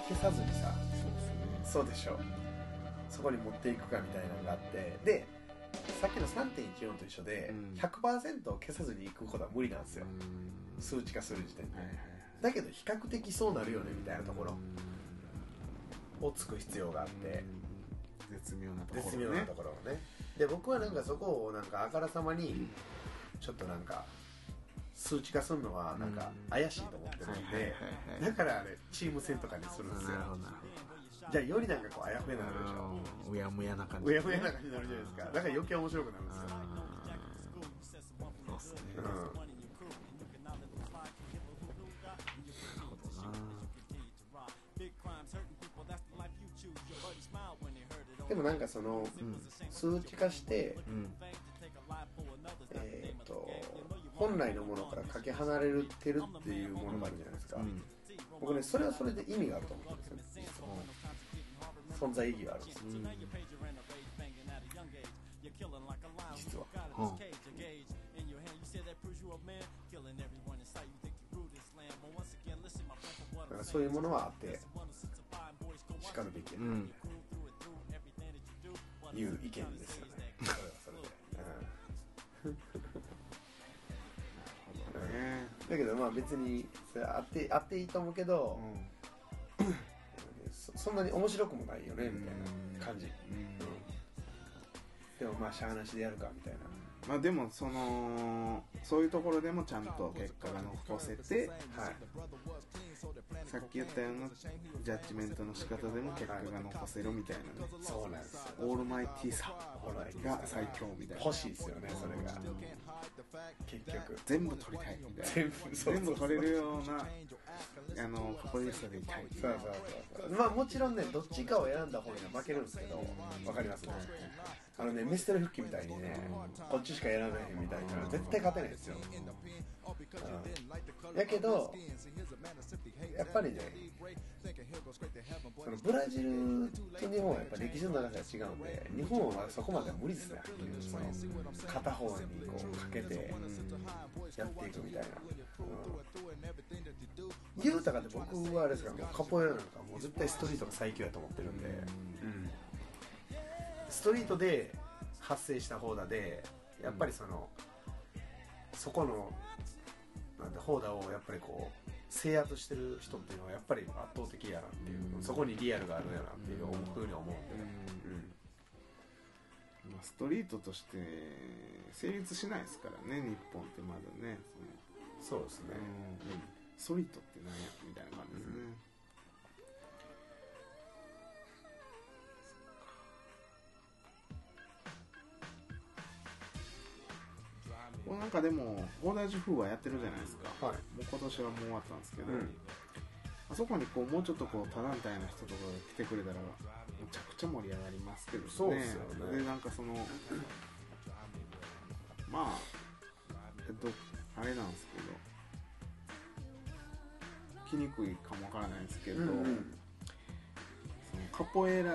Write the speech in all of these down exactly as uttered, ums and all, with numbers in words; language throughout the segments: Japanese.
消さずにさ、そうでしょ、そこに持っていくかみたいなのがあって、でさっきの さんてんいちよん と一緒で、うん、ひゃくパーセント 消さずにいくことは無理なんですよ、数値化する時点で、はいはいはい、だけど比較的そうなるよねみたいなところをつく必要があって、 絶妙なところ、ね、 絶妙なところをね。で僕はなんかそこをなんかあからさまにちょっとなんか数値化するのはなんか怪しいと思ってるんで、だからあれチーム戦とかにするんですよ。じゃあよりなんかこうあやふやになるでしょ、 うやむやな感じ、 うやむやな感じになるじゃないですか。だから余計面白くなるんですよ。 そうっすね、うん、なるほどな。 でもなんかその、うん、数値化して、うん、えー、と本来のものからかけ離れてるっていうものがあるじゃないですか、うん、僕ねそれはそれで意味があると思ってるんですよ、うん、存在意義があるんですよ、うん、実は、うん、だからそういうものはあってしかるべきや、うん、いう意見ですよね。それはそれで、うん、ね、だけどまあ別にそれあってあっていいと思うけど、うん、そ, そんなに面白くもないよねみたいな感じ、うんうん、でもまあしゃあなしでやるかみたいな。 まあでもそのそういうところでもちゃんと結果が残せて、はい、さっき言ったようなジャッジメントの仕方でも結果が残せるみたいなね、 そうなんですよ。 オールマイティーさが最強みたいな。 欲しいですよねそれが、うん、結局全部取りたいみたいな、 全部そう全部取れるようなあのポポリスタでいたい。 そうそうそうそう。まあもちろんねどっちかを選んだ方には負けるんですけど、わかりますね。あのねメステル復帰みたいにねこっちしか選べへんみたいな絶対勝てないですよ、うん、だけどやっぱりねそのブラジルと日本はやっぱ歴史の長さが違うんで、日本はそこまでは無理ですね、その片方にこうかけてやっていくみたいな、うん、言うたかで僕はあれですからカポエラなんかもう絶対ストリートが最強やと思ってるんで、うん、ストリートで発生した方だでやっぱりその、うん、そこのなんてホーダをやっぱりこう制圧してる人っていうのはやっぱり圧倒的やなっていう、うん、そこにリアルがあるやなっていうふうに思うんで、うんうんまあ、ストリートとして成立しないですからね日本ってまだね。 そのそうですね、 うんうん、ストリートって何やみたいな感じですね、うん、なんかでもオーダージュフーはやってるじゃないですか、はい、もう今年はもう終わったんですけど、うん、あそこにこうもうちょっとこう他団体の人とかが来てくれたらめちゃくちゃ盛り上がりますけどね。 そうですよね。 でなんかそのまあえっとあれなんですけど来にくいかもわからないですけど、うんうん、そのカポエラ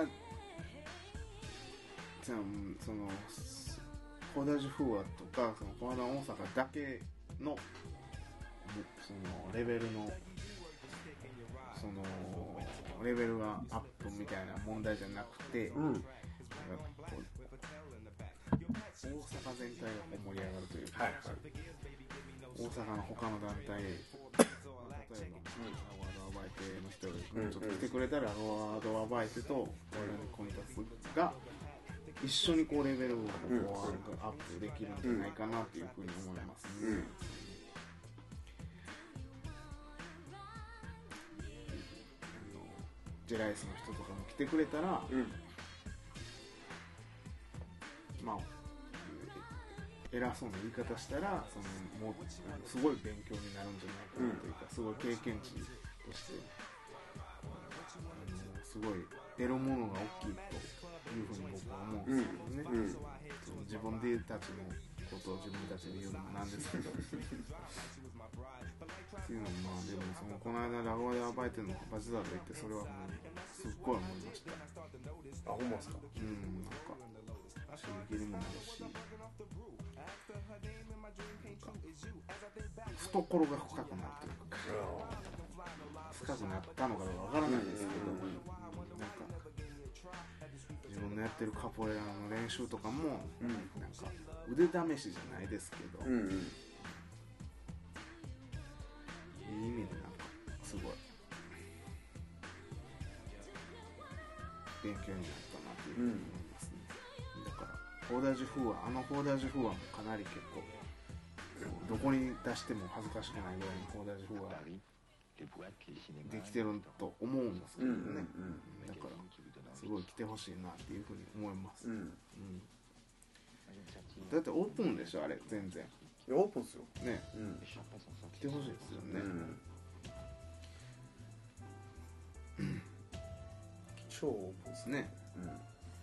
じゃあそのコーダージュフーアとかそのコーダー大阪だけのそのレベルのそのレベルがアップみたいな問題じゃなくて、うん、なんかこう大阪全体が盛り上がるというか、はいはい、大阪の他の団体例えば、うん、アワードアバイテの人がちょっと来てくれたら、うんうん、アワードアバイテとオーラルコンタスが一緒にこうレベルをこう、うん、アップできるんじゃないかなというふうに思いますね、うんうん、ジェライスの人とかも来てくれたら、うん、まあ偉そうな言い方したらそのもうすごい勉強になるんじゃないかなというか、うん、すごい経験値としてすごい得るものが大きいというふうに僕は思うんですけどね、うんうん、その自分でたちのことを自分たちで言うのもなんですけどっていうのもまあでもそのこの間ラゴアで暴いてるのバズダーと言ってそれはもうすっごい思いました。 あ、ほんまですか。 うん、なんか刺激にもなるしなんか懐が深くなるというか深くなったのかわからないですけど、 やってるカポエラの練習とかも、 うん、 なんか腕試しじゃないですけど、 うんうん、 いい意味でなんかすごい勉強になったなっていうふうに思いますね、うん、だからフォーダージュフーアあのフォーダージュフーアもかなり結構どこに出しても恥ずかしくないぐらいのフォーダージュフーアできてると思うんですけどね、うんうんうん、だからすごい来てほしいなっていうふうに思います、うんうん、だってオープンでしょあれ全然いやオープンっすよね、うん、来てほしいですよね、うん、 超オープンっすね、うん、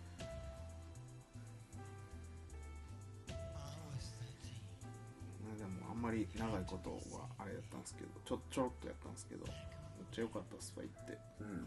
でもあんまり長いことはあれやったんですけどちょちょろっとやったんですけどめっちゃ良かったっすわ行って、うんうん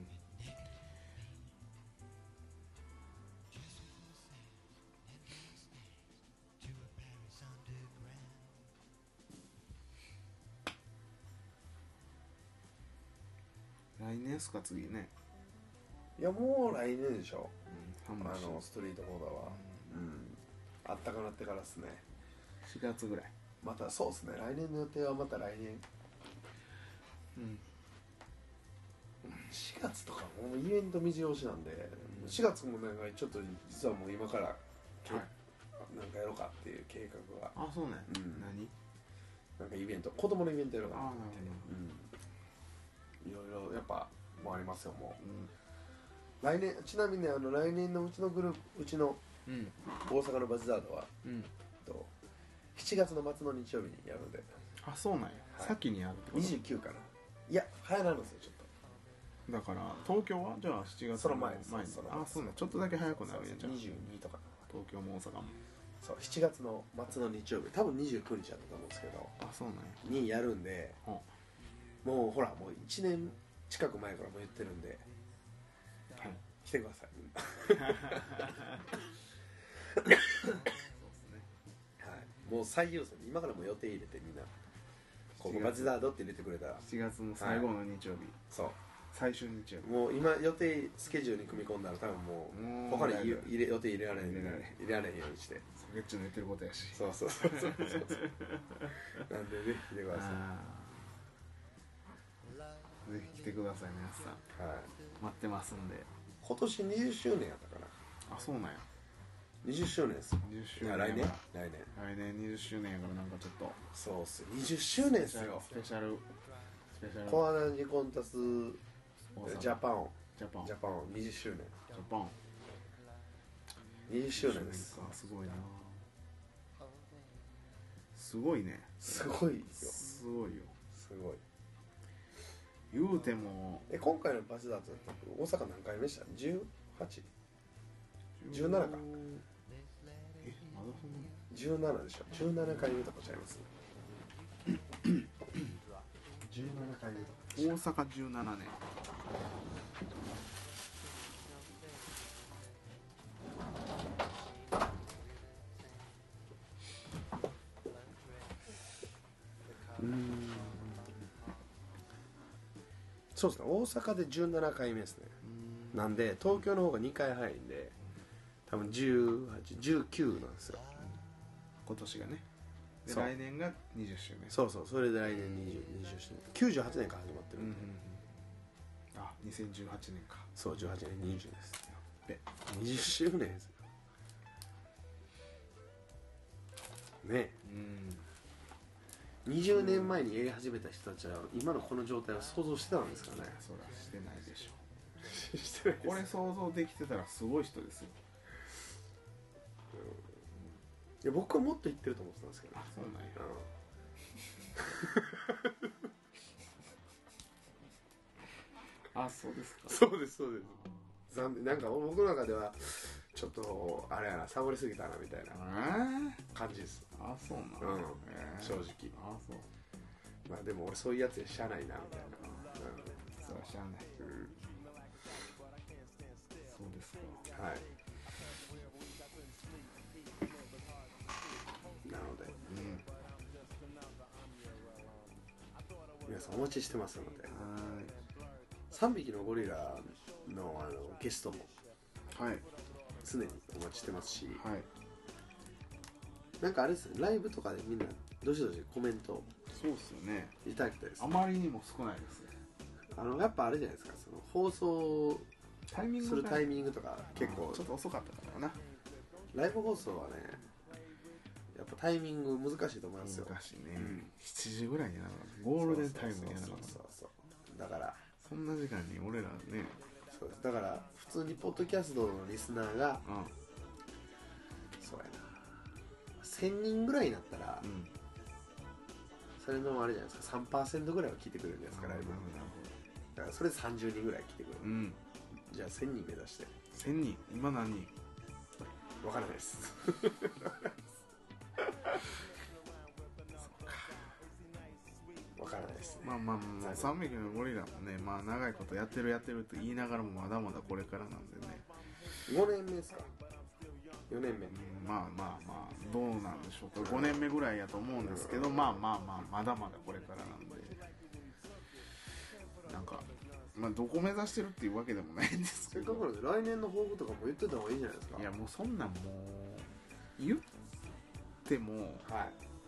来年っすか次ね。 いやもう来年でしょ、 うん、 あのストリートボーダーは、うん、うん、あったかなってからっすね。 しがつぐらいまたそうっすね来年の予定はまた来年、うん、しがつとかもうイベント目白押しなんで、うん、しがつもなんかちょっと実はもう今から、はい、なんかやろうかっていう計画が。 あそうね、うん、何なんかイベント子供のイベントやろうかなって、うん、いろいろやっぱもうありますよもう、うん、来年ちなみにねあの来年のうちのグループうちの大阪のバズダードは、うん、としちがつの末の日曜日にやるんで。 あそうなんや、はい、先にやるってこと。 にじゅうくかないや早なるんですよちょっと。 だから東京はじゃあしちがつの前にその前にあそうねちょっとだけ早くなるんやじゃあにじゅうにとか東京も大阪もそうしちがつの末の日曜日多分にじゅうくにちだったと思うんですけどあそうなんやにやるんで、うん、もうほらもういちねん近く前からもう言ってるんで、はい、来てくださいそうですね、はい、もう最優先今からも予定入れてみんなここバズダードって入れてくれたらしちがつの最後の日曜日、はい、 そう最終日曜日もう今予定スケジュールに組み込んだら多分もう他に入れ予定入れられへん入れられ入れられへんようにしてソケッチの言ってることやしそうそうそうそうそうなんでぜひ来てくださいぜひ来てください皆さん、はい、待ってますんで今年にじゅっしゅうねんやったかなあそうなんやにじゅっしゅうねんですよにじゅっしゅうねん来年来年来年にじゅっしゅうねんやからなんかちょっとそうっすにじゅっしゅうねんっすよスペシャルスペシャルコアナジコンタスジャパンジャパンジャパンにじゅっしゅうねんジャパンにじゅっしゅうねんですすごいなすごいねすごいよすごいよすごい言うてもえ今回のバスダート大阪何回目でした じゅうはち?じゅうなな かえまだそんなじゅうななでしょじゅうななかいめとかちゃいますじゅうななかいめとか大阪じゅうななねんうんそうですね大阪でじゅうななかいめですねなんで東京の方がにかい早いんで多分じゅうはち、じゅうきゅうなんですよ今年がねで来年がにじゅっしゅうねんそうそうそれで来年にじゅう、にじゅっしゅうねんきゅうじゅうはちねんから始まってるんで、うんうんうん、あにせんじゅうはちねんかそうじゅうはちねんにじゅうですでにじゅっしゅうねんですよねうんにじゅうねんまえにやり始めた人たちは今のこの状態を想像してたんですかねそりゃしてないでしょしてないですこれ想像できてたらすごい人ですよ、 いや僕はもっと言ってると思ってたんですけど、 あそうなんや、うん、あそうですかそうですそうです残念なんか僕の中ではちょっとあれやなサボりすぎたなみたいな感じです、 えー、あそうなの、うんえー、正直あそうまあでも俺そういうやつでしゃあないなみたいな、 うん、そうしゃあない、うん、そうですかはいなので、うん、皆さんお待ちしてますのではいさんびきのゴリラ の, あのゲストもはい常にお待ちしてますし、 はい、 なんかあれですね、ライブとかでみんなどしどしコメントそうっすよね。 いただきたいです、 あまりにも少ないですね。 あのやっぱあれじゃないですか、その放送タイミングするタイミングとか結構ちょっと遅かったからな。 ライブ放送はねやっぱタイミング難しいと思いますよ。 難しいね、 うん、 しちじぐらいにやらなかった。ゴールデンタイムにやらなかった。 そうそうそうそうだからそんな時間に俺らね。 そうです。だから普通にポッドキャストのリスナーが、 うん、 そうやなせんにんぐらいになったら、うん、それのあれじゃないですか さんパーセント ぐらいは来てくれるんじゃないですか、ライブ。だからそれでさんじゅうにんぐらい来てくれる、うん、じゃあせんにん目指してせんにん今何人分からないです分からないですね。 まあまあまあさんびきのゴリラもね、まあ長いことやってるやってるって言いながらもまだまだこれからなんでね。 ごねんめですかよねんめ、うん、 まあまあまあどうなんでしょうか。ごねんめぐらいやと思うんですけど、まあまあまあまだまだこれからなんで、なんかまあどこ目指してるっていうわけでもないんですけど、 せっかくなんで来年の抱負とかも言ってた方がいいんじゃないですか。 いやもうそんなんもう言っても、はい、まあ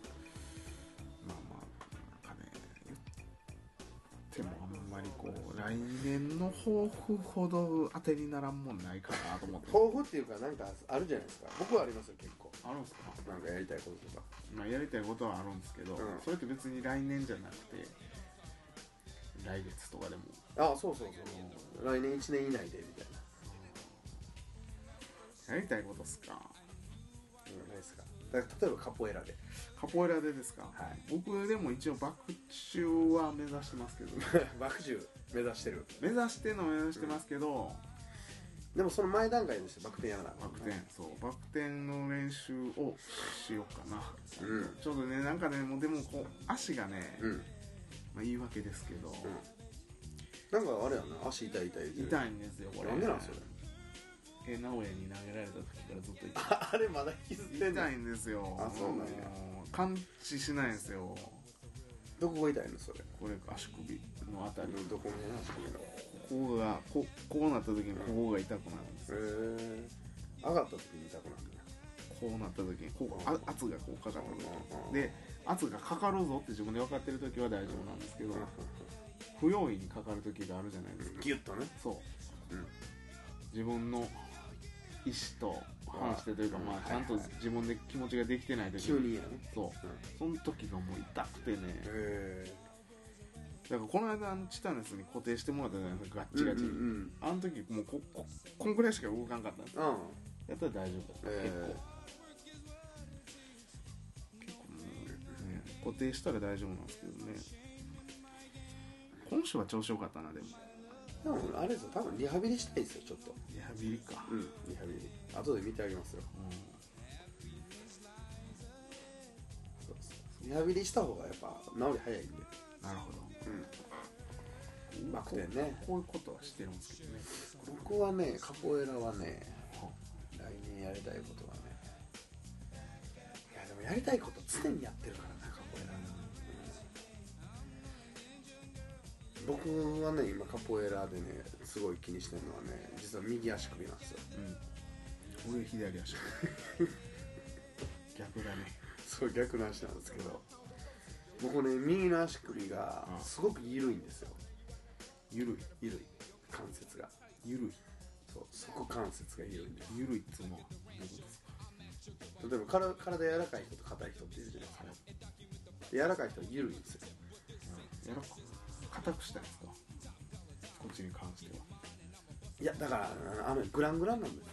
まあなんかね言ってもあんまりこう来年の抱負ほど当てにならんもんないかなと思って。 抱負っていうかなんかあるじゃないですか。僕はありますよ結構。 あるんですか。 なんかやりたいこととか。 まあやりたいことはあるんですけど、うん、それって別に来年じゃなくて来月とかでも。 ああそうそうそう、来年いちねん以内でみたいな。やりたいことっすか。 うん、ないですか。だから例えばカポエラで。 カポエラでですか。はい、僕でも一応バク宙は目指してますけどバク宙目指してる。 目指してんの目指してますけど、 うん、でもその前段階でしてバク転やらなバク転、そうバク転の練習をしようかな、うん、ちょっとねなんかねもうでもこう足がね、うん、まあ言い訳ですけど、うん、 なんかあれやな、足痛い痛い痛い痛いんですよこれ。 なんでなんそれ。 え直哉に投げられた時からずっと痛いあれまだ引きずってんの。 痛いんですよ。 あそうなんや。 感知しないんですよ。 どこが痛いのそれ。 これ足首のあたり。 どこに足首のここがここうなった時にここが痛くなるんです。へえー、上がった時に痛くなるんだ。 こうなった時にこうあ圧がこうかかった時で、圧がかかるぞって自分で分かってる時は大丈夫なんですけど、不用意にかかる時があるじゃないですか。 ギュッとね。 そう、うん、自分の意思と反してというか、まあちゃんと自分で気持ちができてない時急にやね。 そう、うん、その時がもう痛くてね。へー。だからこの間チタネスに固定してもらったじゃないですか、ガッチガチに、うんうんうん、あの時もうこここんくらいしか動かんかったんですよ、うん、やったら大丈夫だった、えー、結構結構もう、ね、固定したら大丈夫なんですけどね。今週は調子良かったな。でもでもあれですよ、多分リハビリしたいですよ、ちょっと。 リハビリか。 うん、リハビリ後で見てあげますよ、うん、そうそうリハビリした方がやっぱ治り早いんで。 なるほど。 うん、バク転ね。 こういうことはしてるんですけどね。 僕はね、カポエラはね、来年やりたいことはね、いやでもやりたいこと常にやってるからな、カポエラ、うん、僕はね今カポエラでねすごい気にしてるのはね、実は右足首なんですよ、 うん、俺左足首逆だね。 そう逆の足なんですけど、僕ね右の足首がすごく緩いんですよ。 ゆるいゆるい関節がゆるい。 そう側関節が緩いんです。 ゆるいっつうのは例えば体体柔らかい人と硬い人っているじゃないですか、はい、柔らかい人は緩いんですよ、 うん、柔らか硬くしたいんですか、こっちに関しては。 いやだからあのグラングランなんです。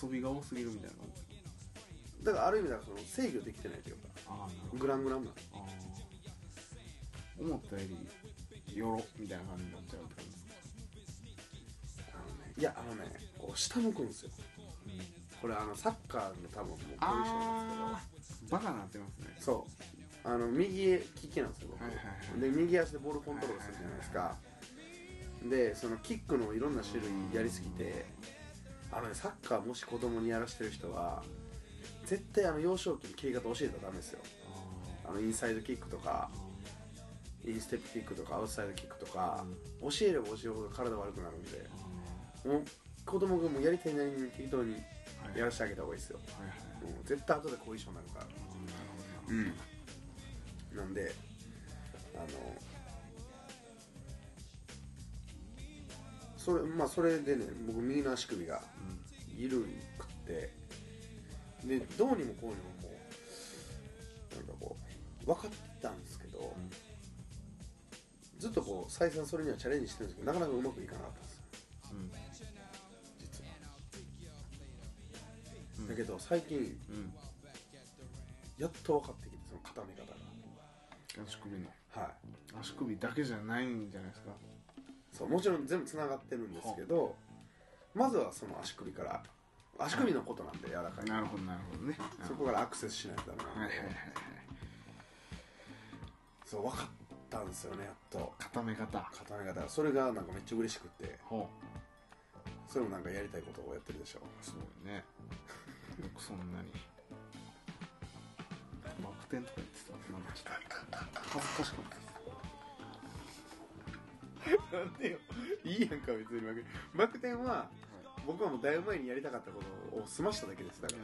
遊びが多すぎるみたいな感じだからある意味ではその制御できてないというか、あグラングランなんです。 思ったよりよろみたいな感じになっちゃうって感じですか。 あのね、いやあのねこう下向くんですよ、うん、これあのサッカーの多分もうポジションなんですけどバカなってますね。 そうあの右利きなんですよ僕、はいはいはい、で右足でボールコントロールするじゃないですか、はいはいはい、でそのキックのいろんな種類やりすぎて、あのねサッカーもし子供にやらしてる人は絶対あの幼少期に蹴り方教えたらダメですよ。あのインサイドキックとかインステップキックとかアウトサイドキックとか、うん、教えれば教えるほど体悪くなるんで、もう子供がもうやりたいなりに適当にやらせてあげた方がいいですよ、はいはい、もう絶対後で後遺症になるから、うん、なるほど、うん、なんであのそれまあそれでね僕右の足首が緩くってでどうにもこうにももうなんかこう分かってたんですけど、うん、ずっとこう再三それにはチャレンジしてるんですけどなかなかうまくいかなかったんですよ、うん、実は、うん、だけど最近、うん、やっと分かってきてその固め方が足首の、 はい、 足首だけじゃないんじゃないですか。 そうもちろん全部つながってるんですけどまずはその足首から足首のことなんで柔らかい、 なるほどなるほどね、 そこからアクセスしないとダメなんで、はいはいはいはい、そう分かったんですよねやっと固め方固め方それがなんかめっちゃ嬉しくてそれもなんかやりたいことをやってるでしょ。 そうね僕そんなにバク転とか言ってたなんかちょっと恥ずかしかったですなんでよいいやんか別にバク転は、はい、僕はもうだいぶ前にやりたかったことを済ましただけです。だから、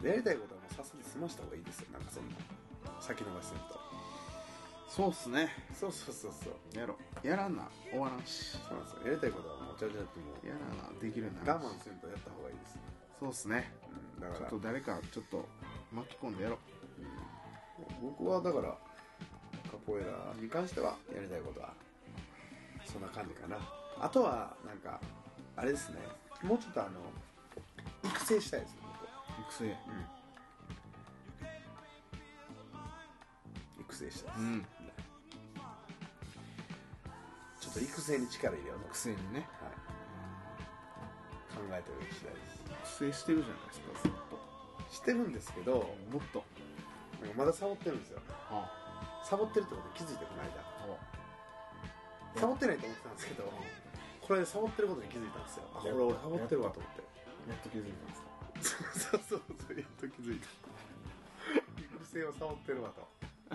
やりたいことはもうさっさと済ました方がいいですよ。なんかそんな先延ばしするとそうっすね。 そうそうそうそうやろやらな終わらんしそうなんですよ。やりたいことはもうちゃうちゃうってもうやらなできるな我慢せんとやった方がいいです。 そうっすね、うん、だからちょっと誰かちょっと巻き込んでやろう、 うん、僕はだからカポエラに関してはやりたいことはそんな感じかな。あとはなんかあれですねもうちょっとあの育成したいですね僕は。 育成、 うん、育成したいです、うん、ちょっと育成に力入れようと育成にね、 はい、考えてる次第です。 育成してるじゃないですかずっとしてるんですけどもっとなんかまだサボってるんですよ、はあ、サボってるってことに気づいてこの間、はあ、サボってないと思ってたんですけど、はあ、これサボってることに気づいたんですよ。あこれ俺サボってるわと思ってやっと気づいたんですかそうそうそうやっと気づいた育成をサボってるわと、うん、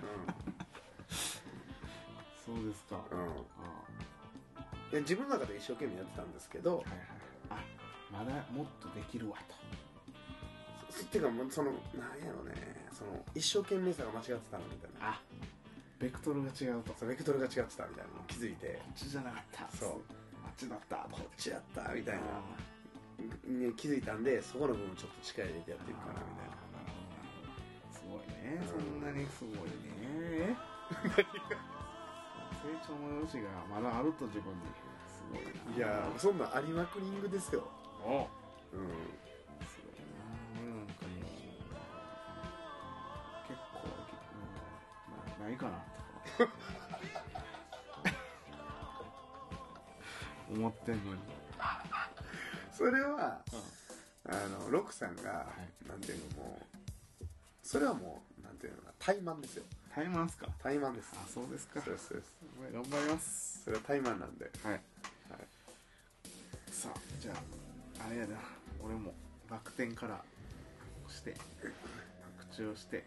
そうですか、うん、 ああいや自分の中で一生懸命やってたんですけど、はいはい、あまだもっとできるわとっていうかそのなんやろねその一生懸命さが間違ってたのみたいなあベクトルが違うとそうベクトルが違ってたみたいなの気づいてこっちじゃなかったそうあっちだったこっちやったみたいなに気づいたんでそこの部分ちょっと力入れてやっていくかなみたいな。 すごいね、うん、そんなにすごいね成長の余地がまだあると自分にすごいな。 いやそんなありまくりんぐですよ。 おうんすごいな。なんかもう結構、うん、ないかなとか思ってんのにそれは、うん、あのロクさんが、はい、なんていうのもうそれはもうなんていうのか怠慢ですよ。 怠慢ですか。 怠慢です。 あそうですか。 そうですそうです。 頑張ります。 それは怠慢なんで、 はい、はい、さあじゃああれやな俺もバク転からしてバク宙をして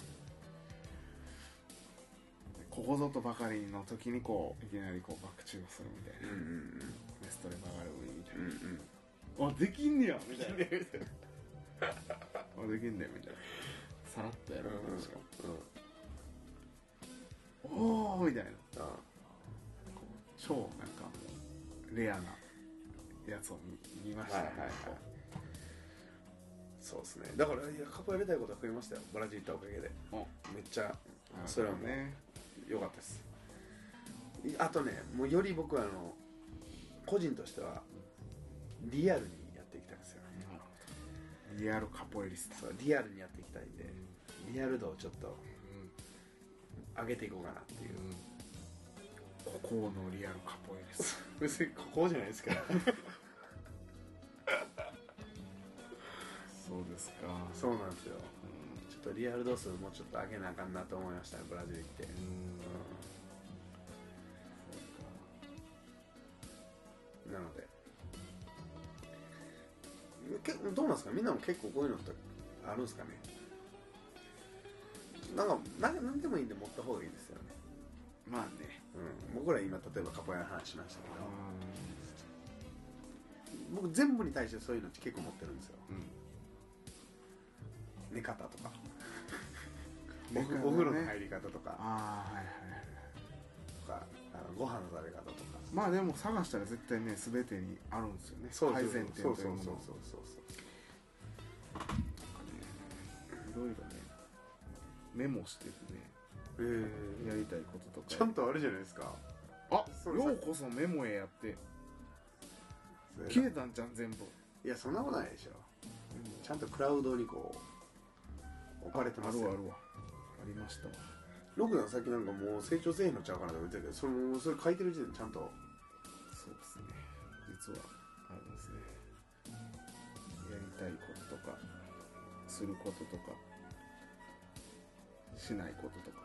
ここぞとばかりの時にこういきなりこうバク宙をするみたいな、うんうんうん、レストレ曲がるみたいな、うんうん、あできんねやみたいなあできんねやみたいなさらっとやるんですか、うんうん、おーみたいな超なんかもうレアなやつを 見, 見ましたね、はいはいはい、 そうですね。だからいやカポやりたいことが増えましたよブラジル行ったおかげで。めっちゃそれはもうね良かったです。あとねもうより僕はあの個人としてはリアルにやっていきたいんですよ、 うん、リアルカポエリスタ。 そうリアルにやっていきたいんで、うん、リアル度をちょっと、うん、上げていこうかなっていう、うんここのリアルカポエリスタ別にここじゃないですからそうですか。 そうなんですよ、うん、ちょっとリアル度数もうちょっと上げなあかんなと思いましたねブラジル行って。うん、うん、なのでけどうなんですかみんなも結構こういうのってあるんですかね。なんか何でもいいんで持った方がいいですよね。まあね、うん、僕ら今例えばカポエラの話しましたけど、 僕全部に対してそういうの結構持ってるんですよ、うん、寝方とかお, ね、お風呂の入り方とか、あ、はいはいはい、とかあのご飯の食べ方とか、 まあでも探したら絶対ね全てにあるんですよね、 そうそう改善点というもの。 そうそうそうそういろいろねメモしててね、えー、やりたいこととかちゃんとあるじゃないですか。 あ、ようこそメモへやって消えたんじゃん全部。 いやそんなことないでしょ、うん、ちゃんとクラウドにこう置かれてますよ。 あるあるわ、ありましたわ。 ロクダウン先なんかもう成長せえへんのちゃうかなと思ってたけど、そのそれ書いてる時点でちゃんと。 そうですね、実はあるんですね。やりたいこととかすることとかしないこととか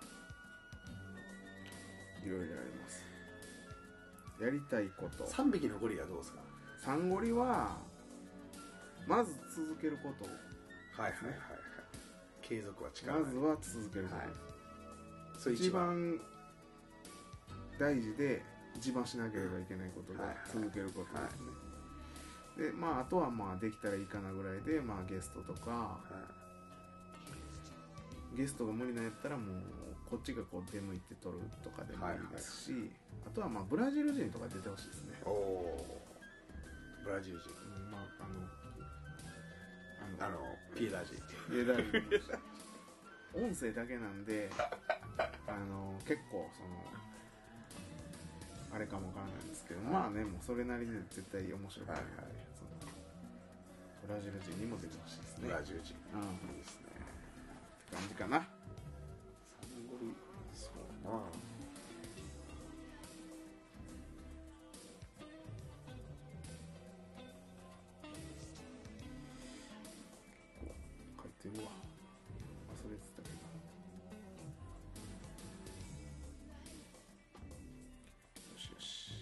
いろいろあります。やりたいこと、 さんびきのゴリラどうですか。 サンゴリはまず続けること、 はいはいはいはい、継続は力。 まずは続けること、はい、それ一番大事で一番しなければいけないことが続けることですね、はいはい、でまああとはまあできたらいいかなぐらいで、まあゲストとか、はい、ゲストが無理なんやったらもうこっちがこう出向いて撮るとかでもいいですし、はいはい、あとはまあブラジル人とか出てほしいですね。 おお、ブラジル人、 うん、まああのあのピエダージピエダージ音声だけなんであの結構そのあれかもわからないんですけど、はい、まあねもうそれなりに絶対面白い、はいはい、そのブラジル人にも出てほしいですね。 ブラジル人、 うん、いいですねって感じかな。サンゴリ、そうな書いてるわ、忘れてたけど。よしよし。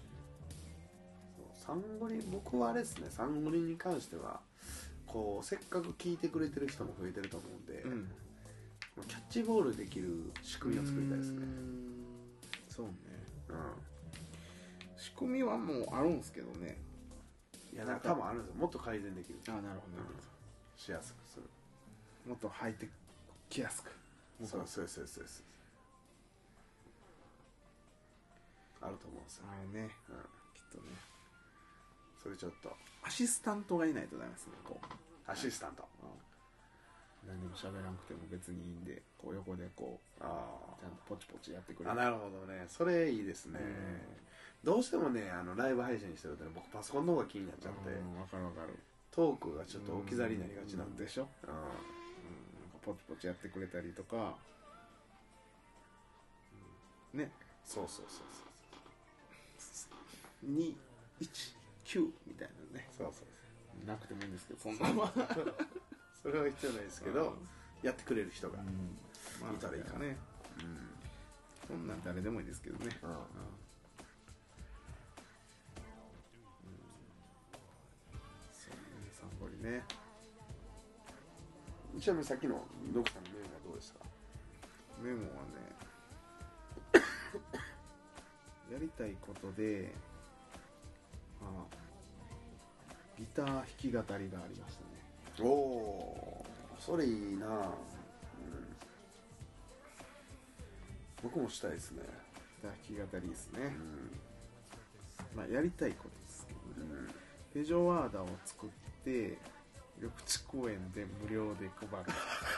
サンゴリ、僕はあれですね、サンゴリに関してはこうせっかく聞いてくれてる人も増えてると思うんで、うん、キャッチボールできる仕組みを作りたいですね。 そうね、うん、仕組みはもうあるんですけどね。 いやなんか多分あるんですよ、もっと改善できる。 あ、なるほど、うん、 しやすくする、 もっと履いてきやすく。 そうそうそうそうそう、あると思うんですよ。 あれね、うん、きっとね。 それちょっとアシスタントがいないとダメですね。こうアシスタント、 うん、何も喋らなくても別にいいんで、こう横でこうあちゃんとポチポチやってくれる。 あ、なるほどね、それいいですね、うん、どうしてもねあのライブ配信してるとね、僕パソコンの方が気になっちゃって、 うん、分かる分かる、 トークがちょっと置き去りになりがちなんで、 でしょ、うん、うん、なんかポチポチやってくれたりとか、うん、ね、 そうそうそうそうにいちきゅうみたいなね、 そうそうそうなくてもいいんですけど、そんなのはそれは必要ないですけど、うん、やってくれる人が、うん、 まあ、いたらいいかね、うん、そんなん誰でもいいですけどね、うん、うん、そうね、サンゴリね。 ちなみにさっきのドクさんのメモはどうですか。 メモはねやりたいことで、ああ、ギター弾き語りがありましたね。 おお、それいいな、うん、僕もしたいですね。 ギター弾き語りですね、うん、まあやりたいことですけどね、うん、ペジョワーダを作って緑地公園で無料で配る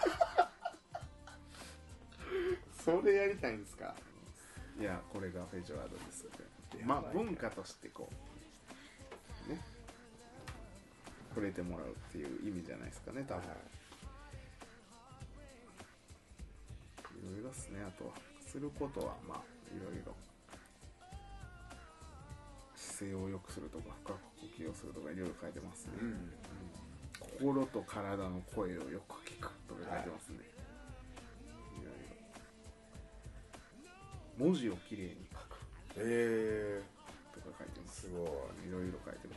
それやりたいんですか。 いや、これがフェジョワードですって。まあ文化としてこうね触れてもらうっていう意味じゃないですかね、多分。いろいろですね。あとはすることはまあいろいろ姿勢を良くするとか深く呼吸をするとかいろいろ書いてますね、うんうん、心と体の声をよく聞くとか書いてますね、はい、いろいろ文字をきれいに書く、 えー、とか書いてます。 すごい、 いろいろ書いてます。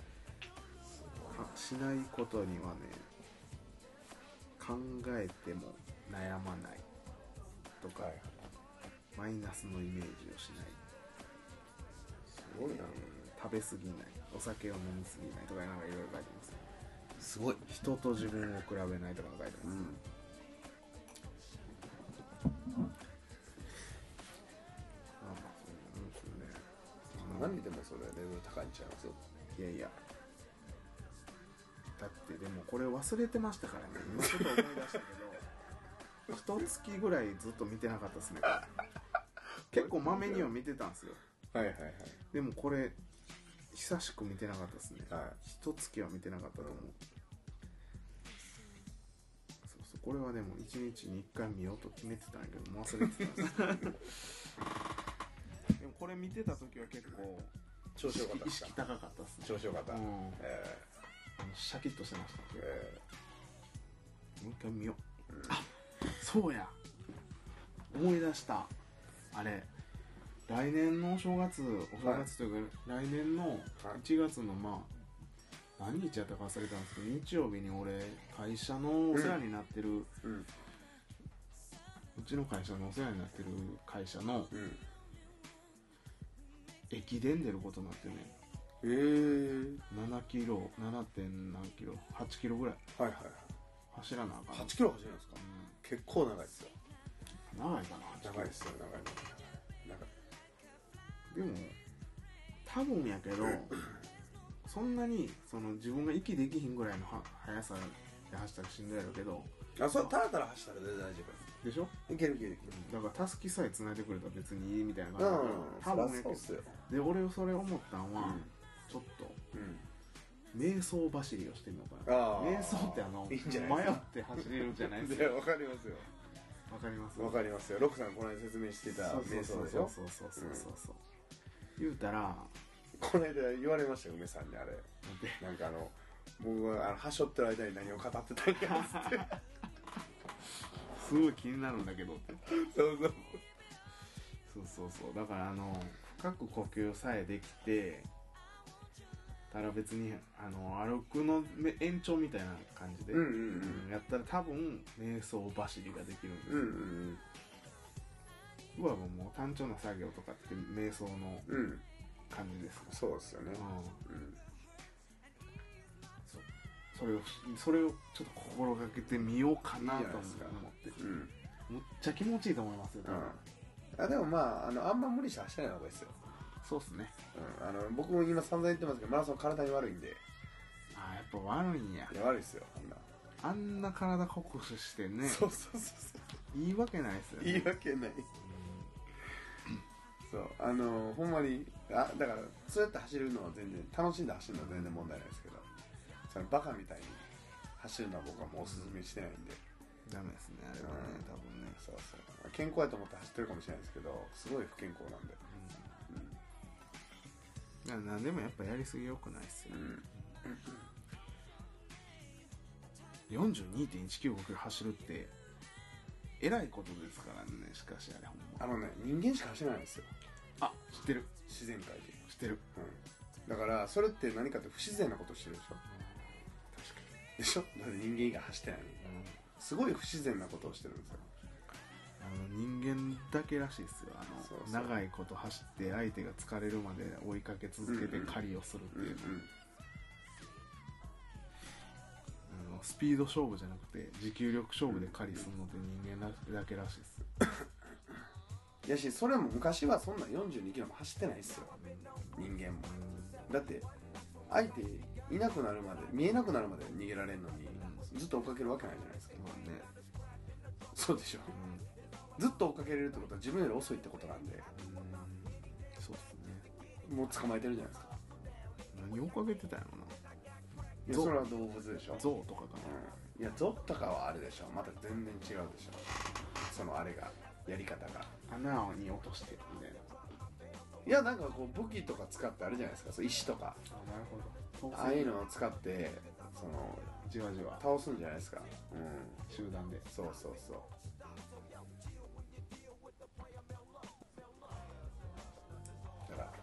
しないことにはね、考えても悩まないとか、はい、マイナスのイメージをしない、 すごいな、 食べ過ぎない、お酒を飲み過ぎないとかなんかいろいろ書いてます。 すごい。 人と自分を比べないとか書いてます。うん何でもそれレベル高いんちゃいます？ いやいや、だってでもこれ忘れてましたからね。今ちょっと思い出したけど一月ぐらいずっと見てなかったですね。結構まめには見てたんですよ。 はいはいはい。 でもこれ久しく見てなかったですね。 はい。 一月は見てなかったと思う。そうそう、これはでも一日に一回見ようと決めてたんやけどもう忘れてたんですでもこれ見てた時は結構調子よかったですか？ 意識高かったですね。 調子よかった。うん。えー、あのシャキッとしてました。 えー、もう一回見よう。 うん、 あ、そうや。思い出した。あれ、来年のお正月、お正月というか、はい、来年のいちがつのまあ何日やったか忘れたんですけど、日曜日に俺会社のお世話になってる、うんうん、うちの会社のお世話になってる会社の、うん駅伝出ることになってね。 えー、 ななキロ、なな. 点何キロ、はちキロぐらい。 はいはいはい。 走らなあかん。 はちキロ走るんですか？うん、結構長いですよ。 長いかな。 長いですよ、長い長い。でも多分やけど、そんなにその自分が息できひんぐらいのは速さで走ったらしんどいやろうけど。 あ、それたらたら走ったら全然大丈夫です。 でしょ？ いけるいけるいける。 だからたすきさえ繋いでくれたら別にいいみたいな感じだから、うん、多分やけど。そうっすよ。で俺それ思ったんは、うん、ちょっと、うん、瞑想走りをしてみようかな。瞑想ってあのいい迷って走れるじゃないですか。 いや、わかりますよ。 わかります。 わかりますよ。ロクさんこの間説明してた瞑想でしょ。 そうそうそうそうそうそう。言うたらこの間言われましたよ、梅さんにあれ。なんかあの僕はあのはしょってる間に何を語ってたんやつって。 すごい気になるんだけどって。 そうそうそうそうそう。だからあの深く呼吸さえできてたら別にあの歩くの延長みたいな感じで、うんうんうん、やったら多分瞑想走りができるんですよ。うんうんうん、うわもう単調な作業とかって瞑想の感じですか、 うん、そうですよね、うんうん、 それをそれをちょっと心がけてみようかなと思って、うん、むっちゃ気持ちいいと思いますよ、 うん、あでもまあ あのあんま無理して走らない方がいいですよ。 そうっすね、 うん、あの僕も今散々言ってますけどマラソン体に悪いんで。 ああやっぱ悪いんや。 いや悪いっすよ。あんなあんな体酷使してね。 そうそうそうそういいわけないっすよね。 いいわけない、うん、そうあのほんまにあだからそうやって走るのは全然楽しんで走るのは全然問題ないですけど、そのバカみたいに走るのは僕はもうおすすめしてないんで、 ダメですねあれはね、うん、多分ね。 そうそう健康やと思って走ってるかもしれないですけどすごい不健康なんで、 うん、なんでもやっぱやりすぎ良くないっすよ、うん、よんじゅうにてんいちきゅうごキロ走るってえらいことですからね。しかしあれほんまあのね人間しか走らないんですよ。 あ、知ってる。 自然界で知ってる、 うん、だからそれって何かって不自然なことしてるでしょ、うん、確かにでしょ。だって人間以外走ってないのに、うん、すごい不自然なことをしてるんですよ。 あの人間だけらしいですよ。あのそうそう長いこと走って相手が疲れるまで追いかけ続けて狩りをするっていう、うんうん、あのスピード勝負じゃなくて持久力勝負で狩りするのって人間だけらしいですいやしそれも昔はそんなよんじゅうにキロも走ってないですよ、人間も。だって相手いなくなるまで見えなくなるまで逃げられるのに、うん、ずっと追っかけるわけないじゃないですか、ね、そうでしょ、うん、ずっと追っかけれるってことは自分より遅いってことなんで、うん、そうっすね。もう捕まえてるじゃないですか。 何追っかけてたんやろな。 いやそれは動物でしょ。 ゾウとかかな、 うん、いやゾウとかはあれでしょ、また全然違うでしょ、そのあれがやり方が穴に落としてみたいな。 いやなんかこう武器とか使ってあるじゃないですか、そう石とか。 あ、なるほど。 ああいうのを使ってそのじわじわ倒すんじゃないですか、うん、 集団で。 そうそうそう。だから、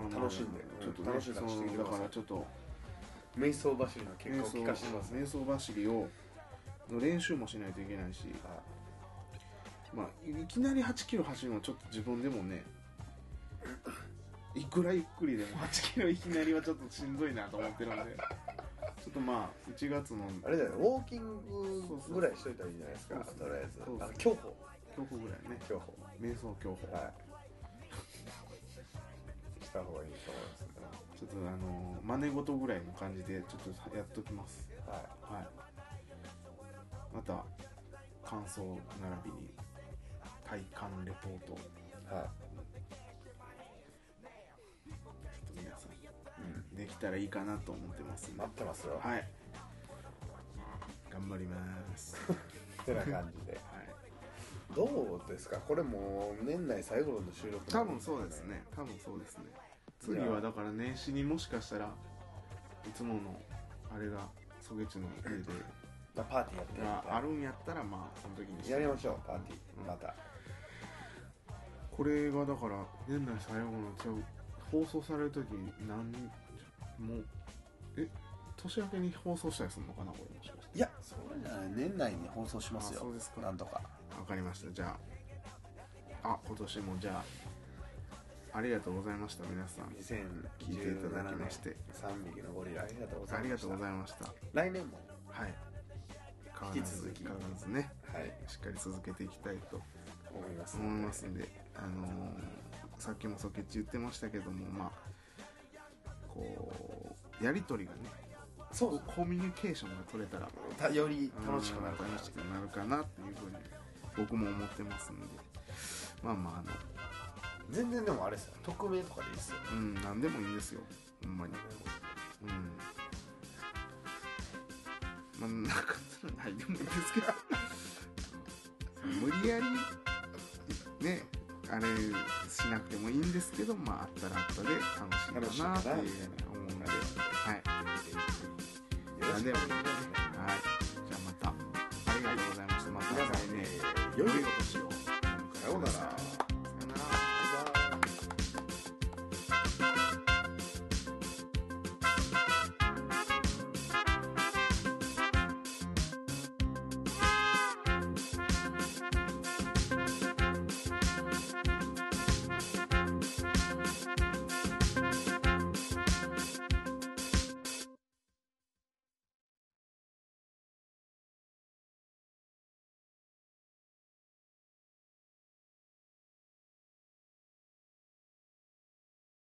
まあ、楽しんで、ちょっと、ね、楽しんで走ってきてください。だからちょっと瞑想走りの結果を聞かせてます。 瞑想走りをの練習もしないといけないし、はい、まあいきなりはちキロ走るのはちょっと自分でもねいくらゆっくりでもはちキロいきなりはちょっとしんどいなと思ってるんでちょっとまあいちがつのあれだよね、ウォーキングぐらいしといたらいいんじゃないですか。 そうそうとりあえずそうそうあの競歩競歩ぐらいね、 競歩瞑想競歩、 はいした方がいいと思いますね。 ちょっとあの真似事ぐらいの感じでちょっとやっときます。 はいはい。また感想並びに体感レポート、 はいちょっと皆さん、 うん、 できたらいいかなと思ってますんで、 待ってますよ。 はい。頑張ります。 ってな感じで。 はい。 どうですか、これもう年内最後の収録、 多分そうですね。多分そうですね。次はだから年始にもしかしたらいつものあれがソゲチの家でまあ、パーティーやってみたいがあるんやったらまあその時にやりましょう、パーティー、 うんまた。 これがだから年内最後のちゃう放送される時何もうえ年明けに放送したりするのかなこれもしかして。 いや、それじゃない、年内に放送しますよ。 あ、そうですか。 なんとか。 わかりました。じゃああ今年もじゃあありがとうございました皆さん。 にせん聞いていただきましてさんびきのゴリラありがとうございました。 ありがとうございました。 来年もはい。変わらず引き続き変わらずね、 はいしっかり続けていきたいと思います思いますんで、あのー、さっきもソケッチ言ってましたけども、まあこうやり取りがね、 そうコミュニケーションが取れたらたより楽しくなるかな。 楽しくなるかなっていうふうに僕も思ってますんで、まあまああの全然でもあれですよ、匿名とかでいいですよ。 うん何でもいいんですよほんまに。うんまあなんかないでもいいんですけど無理やりねあれしなくてもいいんですけど、まああったらあったで楽しいかなっていう思うんで、はい何でもいいんでね。はいじゃあまたありがとうございました。また来年良いお年を。 さようなら。